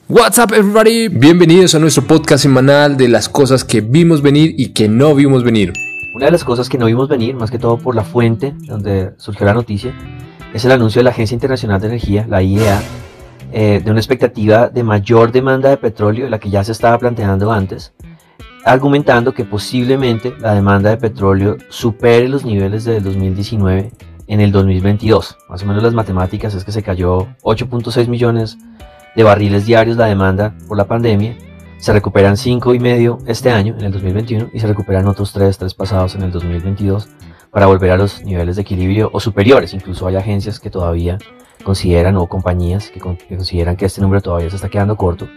What's up everybody, bienvenidos a nuestro podcast semanal de las cosas que vimos venir y que no vimos venir. Una de las cosas que no vimos venir, más que todo por la fuente donde surgió la noticia, es el anuncio de la Agencia Internacional de Energía, la IEA, de una expectativa de mayor demanda de petróleo de la que ya se estaba planteando antes, argumentando que posiblemente la demanda de petróleo supere los niveles del 2019 en el 2022. Más o menos las matemáticas es que se cayó 8.6 millones de barriles diarios la demanda por la pandemia, se recuperan 5,5 este año, en el 2021, y se recuperan otros 3 pasados en el 2022 para volver a los niveles de equilibrio o superiores. Incluso hay agencias que todavía consideran, o compañías que consideran que este número todavía se está quedando corto,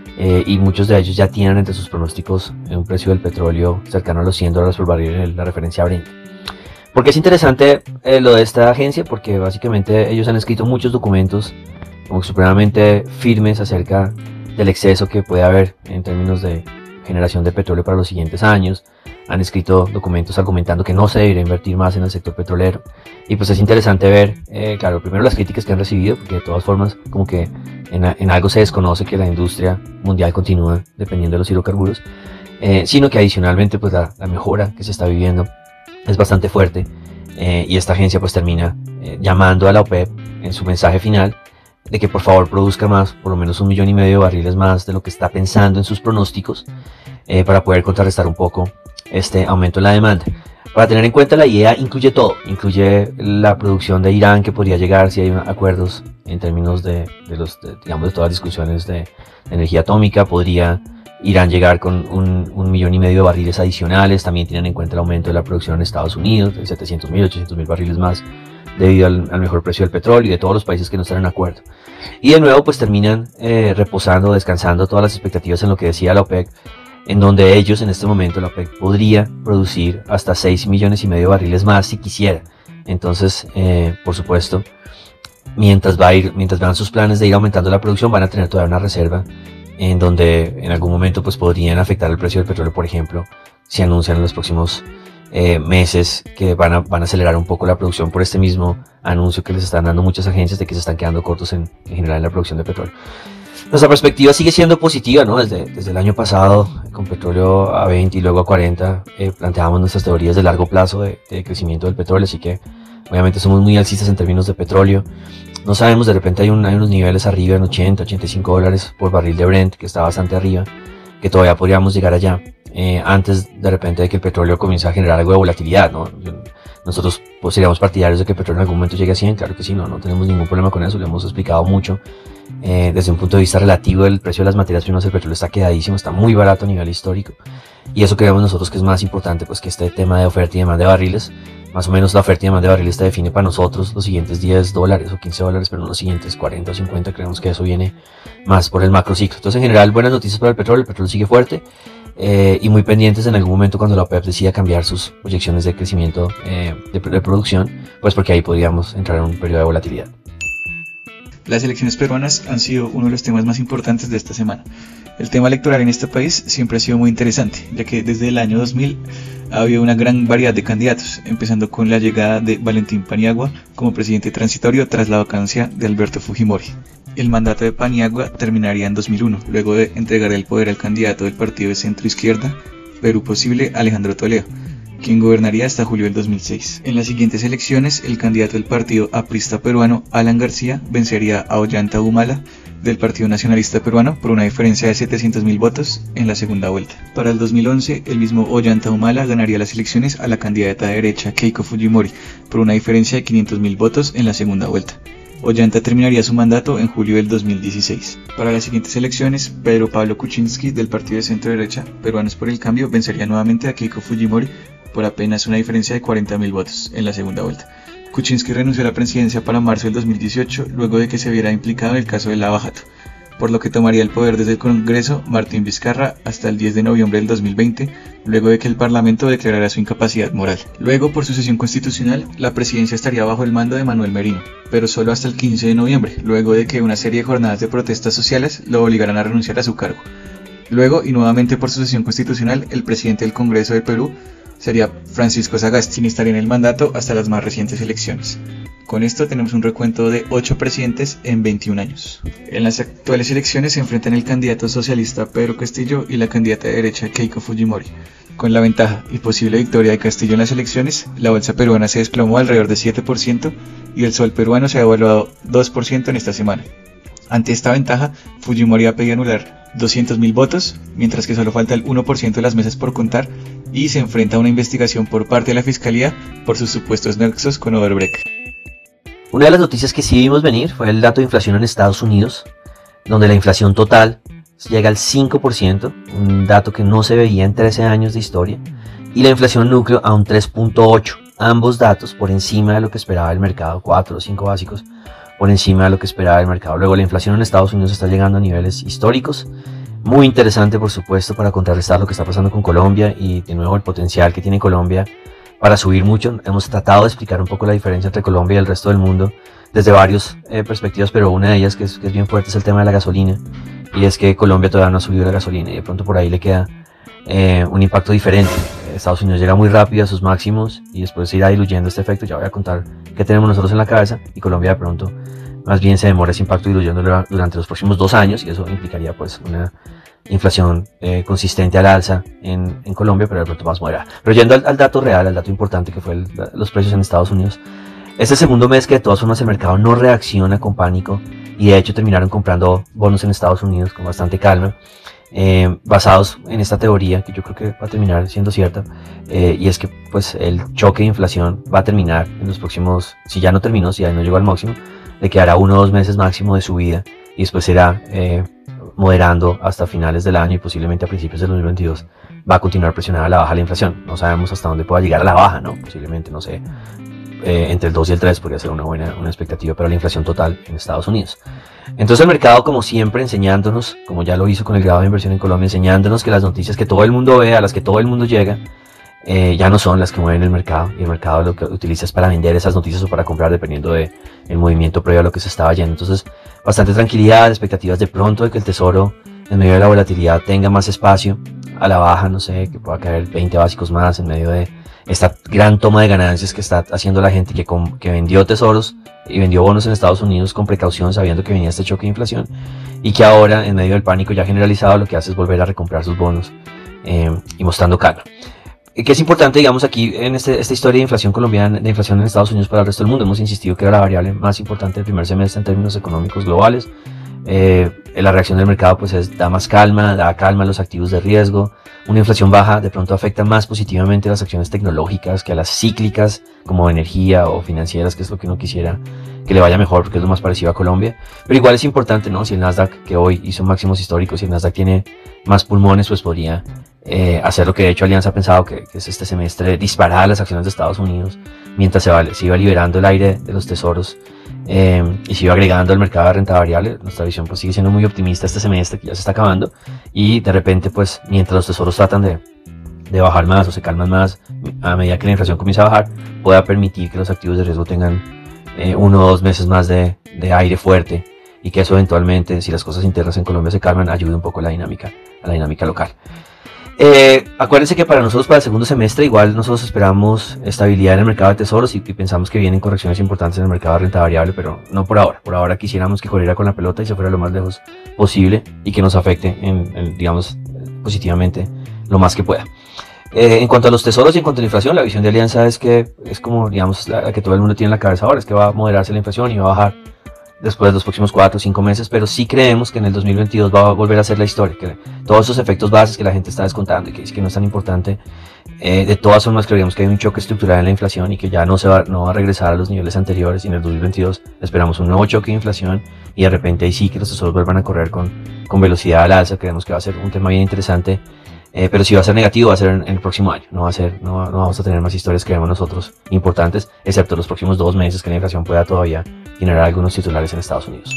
y muchos de ellos ya tienen entre sus pronósticos un precio del petróleo cercano a los $100 por barril en la referencia Brent. ¿Por qué es interesante lo de esta agencia? Porque básicamente ellos han escrito muchos documentos como supremamente firmes acerca del exceso que puede haber en términos de generación de petróleo para los siguientes años. Han escrito documentos argumentando que no se debería invertir más en el sector petrolero, y pues es interesante ver, claro, primero las críticas que han recibido, porque de todas formas como que en algo se desconoce que la industria mundial continúa dependiendo de los hidrocarburos, sino que adicionalmente pues la mejora que se está viviendo es bastante fuerte, y esta agencia pues termina llamando a la OPEP en su mensaje final de que por favor produzca más, por lo menos 1,5 millones de barriles más de lo que está pensando en sus pronósticos, para poder contrarrestar un poco este aumento en la demanda. Para tener en cuenta, la IEA incluye todo, incluye la producción de Irán que podría llegar si hay acuerdos en términos de todas las discusiones de energía atómica. Podría Irán llegar con 1,5 millones de barriles adicionales. También tienen en cuenta el aumento de la producción en Estados Unidos de 700,000, 800,000 barriles más debido al mejor precio del petróleo y de todos los países que no están en acuerdo. Y de nuevo pues terminan reposando, descansando todas las expectativas en lo que decía la OPEC, en donde ellos en este momento, la OPEC, podría producir hasta 6,5 millones de barriles más si quisiera. Entonces, por supuesto, mientras van sus planes de ir aumentando la producción, van a tener todavía una reserva en donde en algún momento pues podrían afectar el precio del petróleo, por ejemplo, si anuncian en los próximos meses que van a acelerar un poco la producción por este mismo anuncio que les están dando muchas agencias de que se están quedando cortos en general en la producción de petróleo. Nuestra perspectiva sigue siendo positiva, ¿no? Desde el año pasado, con petróleo a 20 y luego a 40, planteábamos nuestras teorías de largo plazo de crecimiento del petróleo, así que obviamente somos muy alcistas en términos de petróleo. No sabemos, de repente hay unos niveles arriba en 80, 85 dólares por barril de Brent, que está bastante arriba, que todavía podríamos llegar allá, antes de repente de que el petróleo comience a generar algo de volatilidad, ¿no? Nosotros pues, seríamos partidarios de que el petróleo en algún momento llegue a 100, claro que sí, no tenemos ningún problema con eso, lo hemos explicado mucho. Desde un punto de vista relativo del precio de las materias primas, el petróleo está quedadísimo, está muy barato a nivel histórico, y eso creemos nosotros que es más importante pues que este tema de oferta y demanda de barriles. Más o menos la oferta y demanda de barriles se define para nosotros los siguientes $10 o $15, pero no los siguientes 40 o 50, creemos que eso viene más por el macro ciclo. Entonces en general buenas noticias para el petróleo sigue fuerte, y muy pendientes en algún momento cuando la OPEP decida cambiar sus proyecciones de crecimiento de producción, pues porque ahí podríamos entrar en un periodo de volatilidad. Las elecciones peruanas han sido uno de los temas más importantes de esta semana. El tema electoral en este país siempre ha sido muy interesante, ya que desde el año 2000 ha habido una gran variedad de candidatos, empezando con la llegada de Valentín Paniagua como presidente transitorio tras la vacancia de Alberto Fujimori. El mandato de Paniagua terminaría en 2001, luego de entregar el poder al candidato del partido de centro izquierda, Perú Posible, Alejandro Toledo, quien gobernaría hasta julio del 2006. En las siguientes elecciones, el candidato del partido aprista peruano, Alan García, vencería a Ollanta Humala, del Partido Nacionalista Peruano, por una diferencia de 700,000 votos en la segunda vuelta. Para el 2011, el mismo Ollanta Humala ganaría las elecciones a la candidata de derecha Keiko Fujimori, por una diferencia de 500,000 votos en la segunda vuelta. Ollanta terminaría su mandato en julio del 2016. Para las siguientes elecciones, Pedro Pablo Kuczynski, del partido de centro derecha, Peruanos por el Cambio, vencería nuevamente a Keiko Fujimori por apenas una diferencia de 40,000 votos en la segunda vuelta. Kuczynski renunció a la presidencia para marzo del 2018, luego de que se viera implicado en el caso del lavajato, por lo que tomaría el poder desde el Congreso Martín Vizcarra hasta el 10 de noviembre del 2020, luego de que el Parlamento declarara su incapacidad moral. Luego, por sucesión constitucional, la presidencia estaría bajo el mando de Manuel Merino, pero solo hasta el 15 de noviembre, luego de que una serie de jornadas de protestas sociales lo obligaran a renunciar a su cargo. Luego, y nuevamente por sucesión constitucional, el presidente del Congreso de Perú sería Francisco Sagasti, quien estaría en el mandato hasta las más recientes elecciones. Con esto tenemos un recuento de 8 presidentes en 21 años. En las actuales elecciones se enfrentan el candidato socialista Pedro Castillo y la candidata de derecha Keiko Fujimori. Con la ventaja y posible victoria de Castillo en las elecciones, la bolsa peruana se desplomó alrededor de 7% y el sol peruano se ha devaluado 2% en esta semana. Ante esta ventaja, Fujimori ha pedido anular 200.000 votos, mientras que solo falta el 1% de las mesas por contar y se enfrenta a una investigación por parte de la Fiscalía por sus supuestos nexos con Odebrecht. Una de las noticias que sí vimos venir fue el dato de inflación en Estados Unidos, donde la inflación total llega al 5%, un dato que no se veía en 13 años de historia, y la inflación núcleo a un 3.8%, ambos datos por encima de lo que esperaba el mercado, 4 o 5 básicos por encima de lo que esperaba el mercado. Luego la inflación en Estados Unidos está llegando a niveles históricos, muy interesante por supuesto para contrarrestar lo que está pasando con Colombia y de nuevo el potencial que tiene Colombia para subir mucho. Hemos tratado de explicar un poco la diferencia entre Colombia y el resto del mundo desde varias perspectivas, pero una de ellas que es bien fuerte es el tema de la gasolina, y es que Colombia todavía no ha subido la gasolina y de pronto por ahí le queda un impacto diferente. Estados Unidos llega muy rápido a sus máximos y después se irá diluyendo este efecto. Ya voy a contar qué tenemos nosotros en la cabeza, y Colombia de pronto más bien se demora ese impacto diluyéndolo durante los próximos 2 años, y eso implicaría pues una inflación consistente al alza en Colombia, pero de pronto más moderada. Pero yendo al dato real, al dato importante que fue los precios en Estados Unidos, este segundo mes que de todas formas el mercado no reacciona con pánico, y de hecho terminaron comprando bonos en Estados Unidos con bastante calma, basados en esta teoría que yo creo que va a terminar siendo cierta, y es que pues el choque de inflación va a terminar en los próximos, si ya no terminó, si ya no llegó al máximo, le quedará 1 o 2 meses máximo de subida, y después será moderando hasta finales del año y posiblemente a principios del 2022 va a continuar presionada a la baja la inflación. No sabemos hasta dónde pueda llegar a la baja, ¿no? Posiblemente, no sé, entre el 2 y el 3 podría ser una expectativa para la inflación total en Estados Unidos. Entonces el mercado, como siempre, enseñándonos, como ya lo hizo con el grado de inversión en Colombia, enseñándonos que las noticias que todo el mundo ve, a las que todo el mundo llega, ya no son las que mueven el mercado, y el mercado lo que utiliza es para vender esas noticias o para comprar, dependiendo del movimiento previo a lo que se estaba yendo. Entonces, bastante tranquilidad, expectativas de pronto de que el tesoro, en medio de la volatilidad, tenga más espacio a la baja, no sé, que pueda caer 20 básicos más en medio de esta gran toma de ganancias que está haciendo la gente que vendió tesoros y vendió bonos en Estados Unidos con precaución, sabiendo que venía este choque de inflación, y que ahora, en medio del pánico ya generalizado, lo que hace es volver a recomprar sus bonos y mostrando calma. Que es importante, digamos, aquí en esta historia de inflación colombiana, de inflación en Estados Unidos para el resto del mundo. Hemos insistido que era la variable más importante del primer semestre en términos económicos globales. La reacción del mercado pues da más calma, da calma a los activos de riesgo. Una inflación baja de pronto afecta más positivamente a las acciones tecnológicas que a las cíclicas como energía o financieras, que es lo que uno quisiera que le vaya mejor, porque es lo más parecido a Colombia. Pero igual es importante, ¿no? Si el Nasdaq, que hoy hizo máximos históricos, si el Nasdaq tiene más pulmones, pues podría hacer lo que de hecho Alianza ha pensado, que es este semestre disparar las acciones de Estados Unidos mientras se iba liberando el aire de los tesoros y se iba agregando al mercado de renta variable. Nuestra visión pues sigue siendo muy optimista este semestre, que ya se está acabando, y de repente pues mientras los tesoros tratan de bajar más o se calman más, a medida que la inflación comienza a bajar, pueda permitir que los activos de riesgo tengan 1 o 2 meses más de aire fuerte, y que eso eventualmente, si las cosas internas en Colombia se calman, ayude un poco a la dinámica local. Acuérdense que para nosotros, para el segundo semestre, igual nosotros esperamos estabilidad en el mercado de tesoros y pensamos que vienen correcciones importantes en el mercado de renta variable, pero no por ahora. Por ahora quisiéramos que corriera con la pelota y se fuera lo más lejos posible y que nos afecte, digamos, positivamente lo más que pueda. En cuanto a los tesoros y en cuanto a la inflación, la visión de Alianza es que es como, digamos, la que todo el mundo tiene en la cabeza ahora, es que va a moderarse la inflación y va a bajar después de los próximos 4 o 5 meses, pero sí creemos que en el 2022 va a volver a ser la historia, que todos esos efectos bases que la gente está descontando y que es que no es tan importante, de todas formas creemos que hay un choque estructural en la inflación y que ya no va a regresar a los niveles anteriores, y en el 2022 esperamos un nuevo choque de inflación y de repente ahí sí que los tesoros vuelvan a correr con velocidad al alza. Creemos que va a ser un tema bien interesante, pero si va a ser negativo va a ser en el próximo año, no vamos a tener más historias, creemos nosotros, importantes, excepto los próximos 2 meses que la inflación pueda todavía generar algunos titulares en Estados Unidos.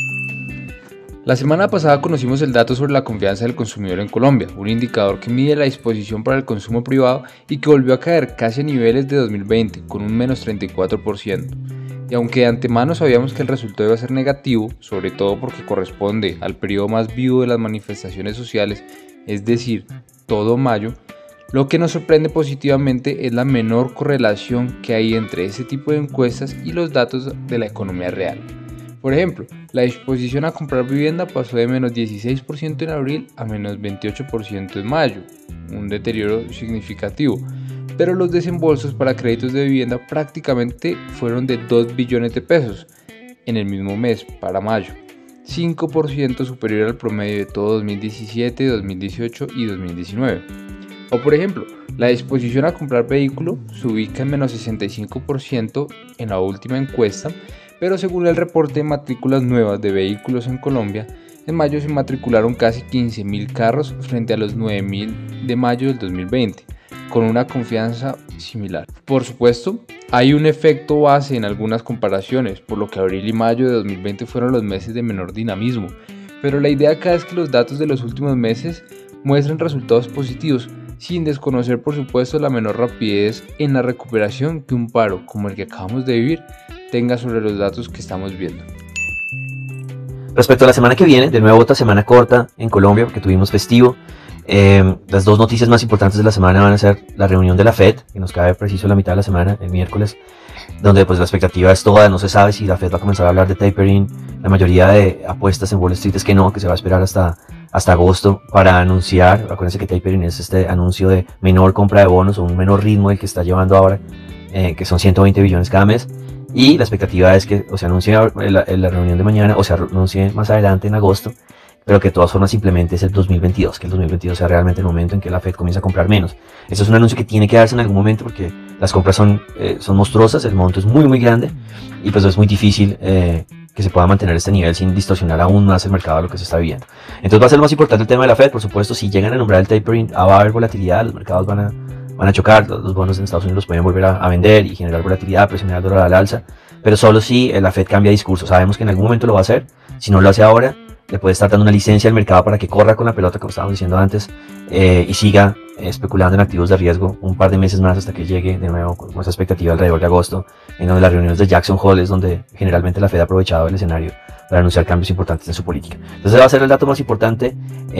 La semana pasada conocimos el dato sobre la confianza del consumidor en Colombia, un indicador que mide la disposición para el consumo privado y que volvió a caer casi a niveles de 2020, con un menos 34%. Y aunque de antemano sabíamos que el resultado iba a ser negativo, sobre todo porque corresponde al periodo más vivo de las manifestaciones sociales, es decir, todo mayo, Lo que nos sorprende positivamente es la menor correlación que hay entre ese tipo de encuestas y los datos de la economía real. Por ejemplo, la disposición a comprar vivienda pasó de menos 16% en abril a menos 28% en mayo, un deterioro significativo, pero los desembolsos para créditos de vivienda prácticamente fueron de 2 billones de pesos en el mismo mes, para mayo, 5% superior al promedio de todo 2017, 2018 y 2019. O por ejemplo, la disposición a comprar vehículo se ubica en menos 65% en la última encuesta, pero según el reporte de matrículas nuevas de vehículos en Colombia, en mayo se matricularon casi 15.000 carros frente a los 9.000 de mayo del 2020, con una confianza similar. Por supuesto, hay un efecto base en algunas comparaciones, por lo que abril y mayo de 2020 fueron los meses de menor dinamismo, pero la idea acá es que los datos de los últimos meses muestran resultados positivos, sin desconocer por supuesto la menor rapidez en la recuperación que un paro como el que acabamos de vivir tenga sobre los datos que estamos viendo. Respecto a la semana que viene, de nuevo otra semana corta en Colombia porque tuvimos festivo. Las dos noticias más importantes de la semana van a ser la reunión de la Fed, que nos cae preciso la mitad de la semana, el miércoles, donde pues la expectativa es toda, no se sabe si la Fed va a comenzar a hablar de tapering. La mayoría de apuestas en Wall Street es que no, que se va a esperar hasta agosto para anunciar. Acuérdense que tapering es este anuncio de menor compra de bonos o un menor ritmo del que está llevando ahora, que son 120 billones cada mes. Y la expectativa es que o se anuncie en la reunión de mañana o se anuncie más adelante en agosto, pero que de todas formas simplemente es el 2022, que el 2022 sea realmente el momento en que la Fed comienza a comprar menos. Eso es un anuncio que tiene que darse en algún momento porque las compras son monstruosas, el monto es muy grande y pues es muy difícil que se pueda mantener este nivel sin distorsionar aún más el mercado de lo que se está viendo. Entonces va a ser lo más importante el tema de la Fed. Por supuesto, si llegan a nombrar el tapering, va a haber volatilidad, los mercados van a chocar, los bonos en Estados Unidos los pueden volver a vender y generar volatilidad, presionar el dólar al alza, pero solo si la Fed cambia discurso. Sabemos que en algún momento lo va a hacer, si no lo hace ahora, le puede estar dando una licencia al mercado para que corra con la pelota, como estábamos diciendo antes, y siga especulando en activos de riesgo un par de meses más hasta que llegue de nuevo con esa expectativa alrededor de agosto, en donde las reuniones de Jackson Hole es donde generalmente la Fed ha aprovechado el escenario para anunciar cambios importantes en su política. Entonces va a ser el dato más importante,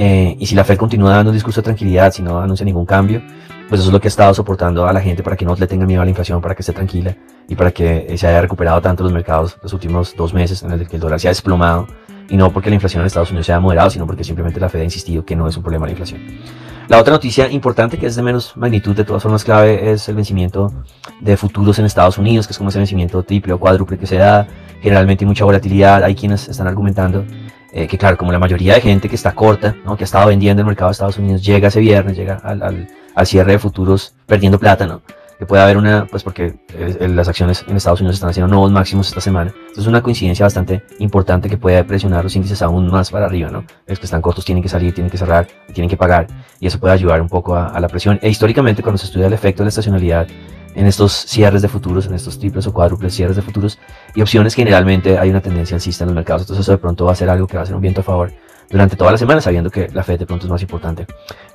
y si la Fed continúa dando un discurso de tranquilidad, si no anuncia ningún cambio, pues eso es lo que ha estado soportando a la gente para que no le tenga miedo a la inflación, para que esté tranquila y para que se haya recuperado tanto los mercados los últimos 2 meses en el que el dólar se ha desplomado, y no porque la inflación en Estados Unidos se haya moderado, sino porque simplemente la Fed ha insistido que no es un problema la inflación. La otra noticia importante, que es de menos magnitud, de todas formas clave, es el vencimiento de futuros en Estados Unidos, que es como ese vencimiento triple o cuádruple que se da. Generalmente hay mucha volatilidad. Hay quienes están argumentando que claro, como la mayoría de gente que está corta, ¿no?, que ha estado vendiendo en el mercado de Estados Unidos, llega ese viernes, llega al cierre de futuros perdiendo plata, ¿no?, que puede haber pues porque las acciones en Estados Unidos están haciendo nuevos máximos esta semana. Entonces es una coincidencia bastante importante que puede presionar los índices aún más para arriba, ¿no? Los que están cortos tienen que salir, tienen que cerrar, tienen que pagar, y eso puede ayudar un poco a la presión. E históricamente, cuando se estudia el efecto de la estacionalidad en estos cierres de futuros, en estos triples o cuádruples cierres de futuros y opciones, generalmente hay una tendencia alcista en los mercados. Entonces eso de pronto va a ser algo que va a ser un viento a favor durante toda la semana, sabiendo que la Fed de pronto es más importante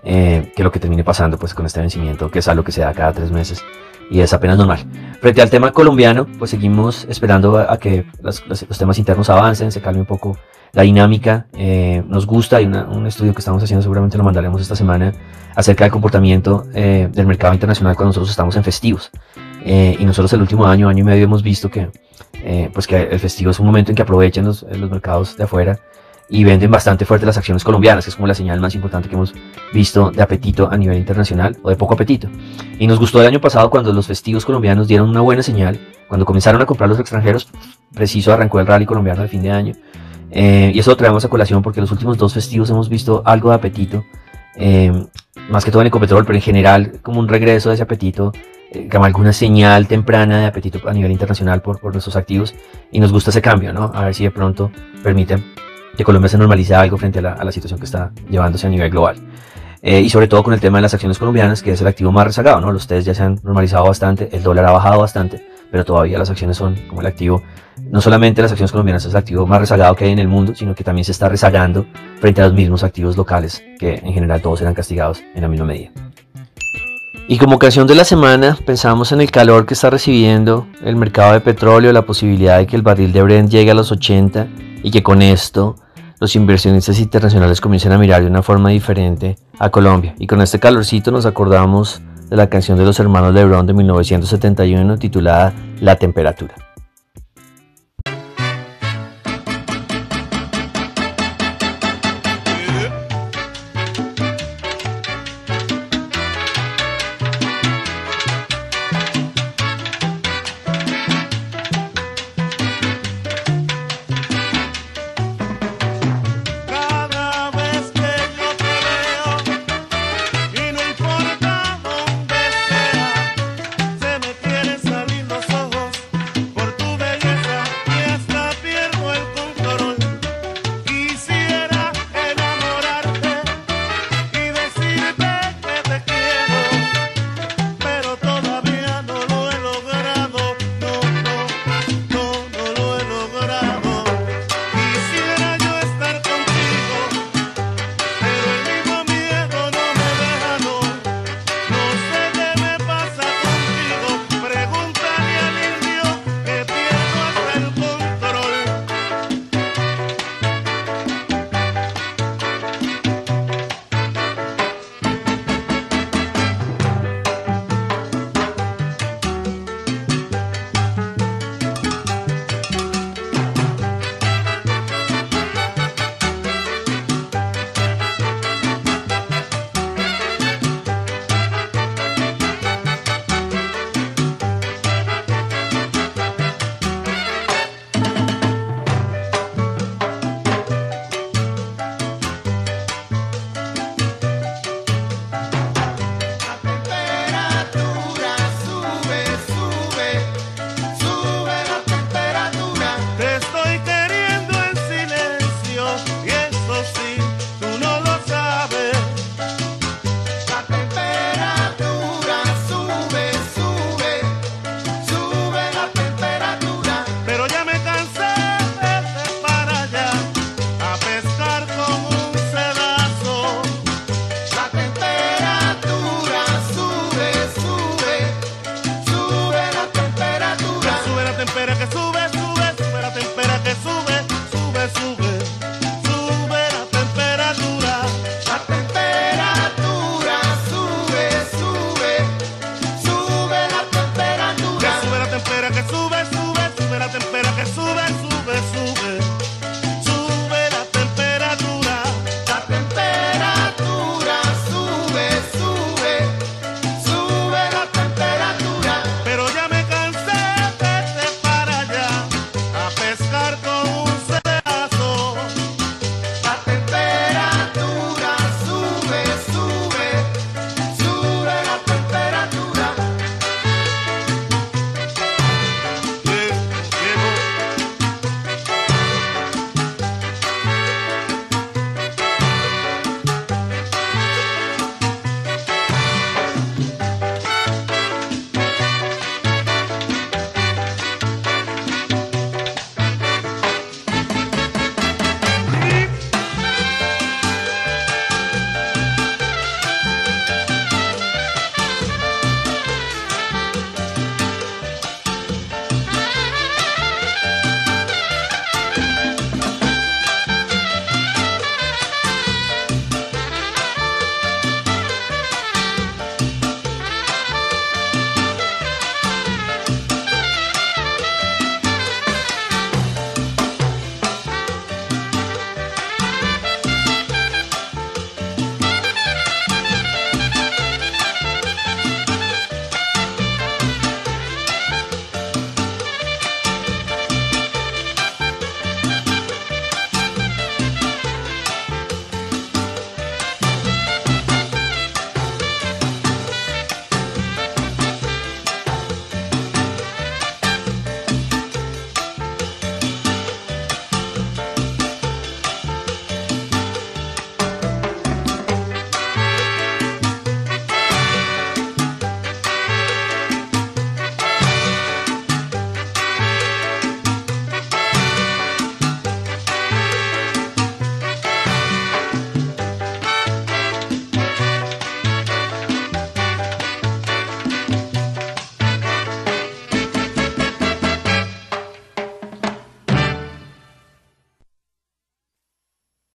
que lo que termine pasando pues con este vencimiento, que es algo que se da cada 3 meses y es apenas normal. Frente al tema colombiano, pues seguimos esperando a que los temas internos avancen, se calme un poco la dinámica. Nos gusta, hay un estudio que estamos haciendo, seguramente lo mandaremos esta semana, acerca del comportamiento del mercado internacional cuando nosotros estamos en festivos. Y nosotros el último año y medio hemos visto que el festivo es un momento en que aprovechan los mercados de afuera y venden bastante fuerte las acciones colombianas, que es como la señal más importante que hemos visto de apetito a nivel internacional o de poco apetito. Y nos gustó el año pasado cuando los festivos colombianos dieron una buena señal, cuando comenzaron a comprar los extranjeros, preciso arrancó el rally colombiano al fin de año. Y eso lo traemos a colación porque los últimos 2 festivos hemos visto algo de apetito, más que todo en Ecopetrol, pero en general como un regreso de ese apetito, como alguna señal temprana de apetito a nivel internacional por nuestros activos, y nos gusta ese cambio, ¿no? A ver si de pronto permite que Colombia se normalice algo frente a la situación que está llevándose a nivel global. Y sobre todo con el tema de las acciones colombianas, que es el activo más rezagado, ¿no? Los test ya se han normalizado bastante, el dólar ha bajado bastante, pero todavía las acciones son como el activo, no solamente las acciones colombianas es el activo más rezagado que hay en el mundo, sino que también se está rezagando frente a los mismos activos locales, que en general todos serán castigados en la misma medida. Y como canción de la semana, pensamos en el calor que está recibiendo el mercado de petróleo, la posibilidad de que el barril de Brent llegue a los 80 y que con esto los inversionistas internacionales comiencen a mirar de una forma diferente a Colombia. Y con este calorcito nos acordamos de la canción de los hermanos LeBron de 1971 titulada La Temperatura.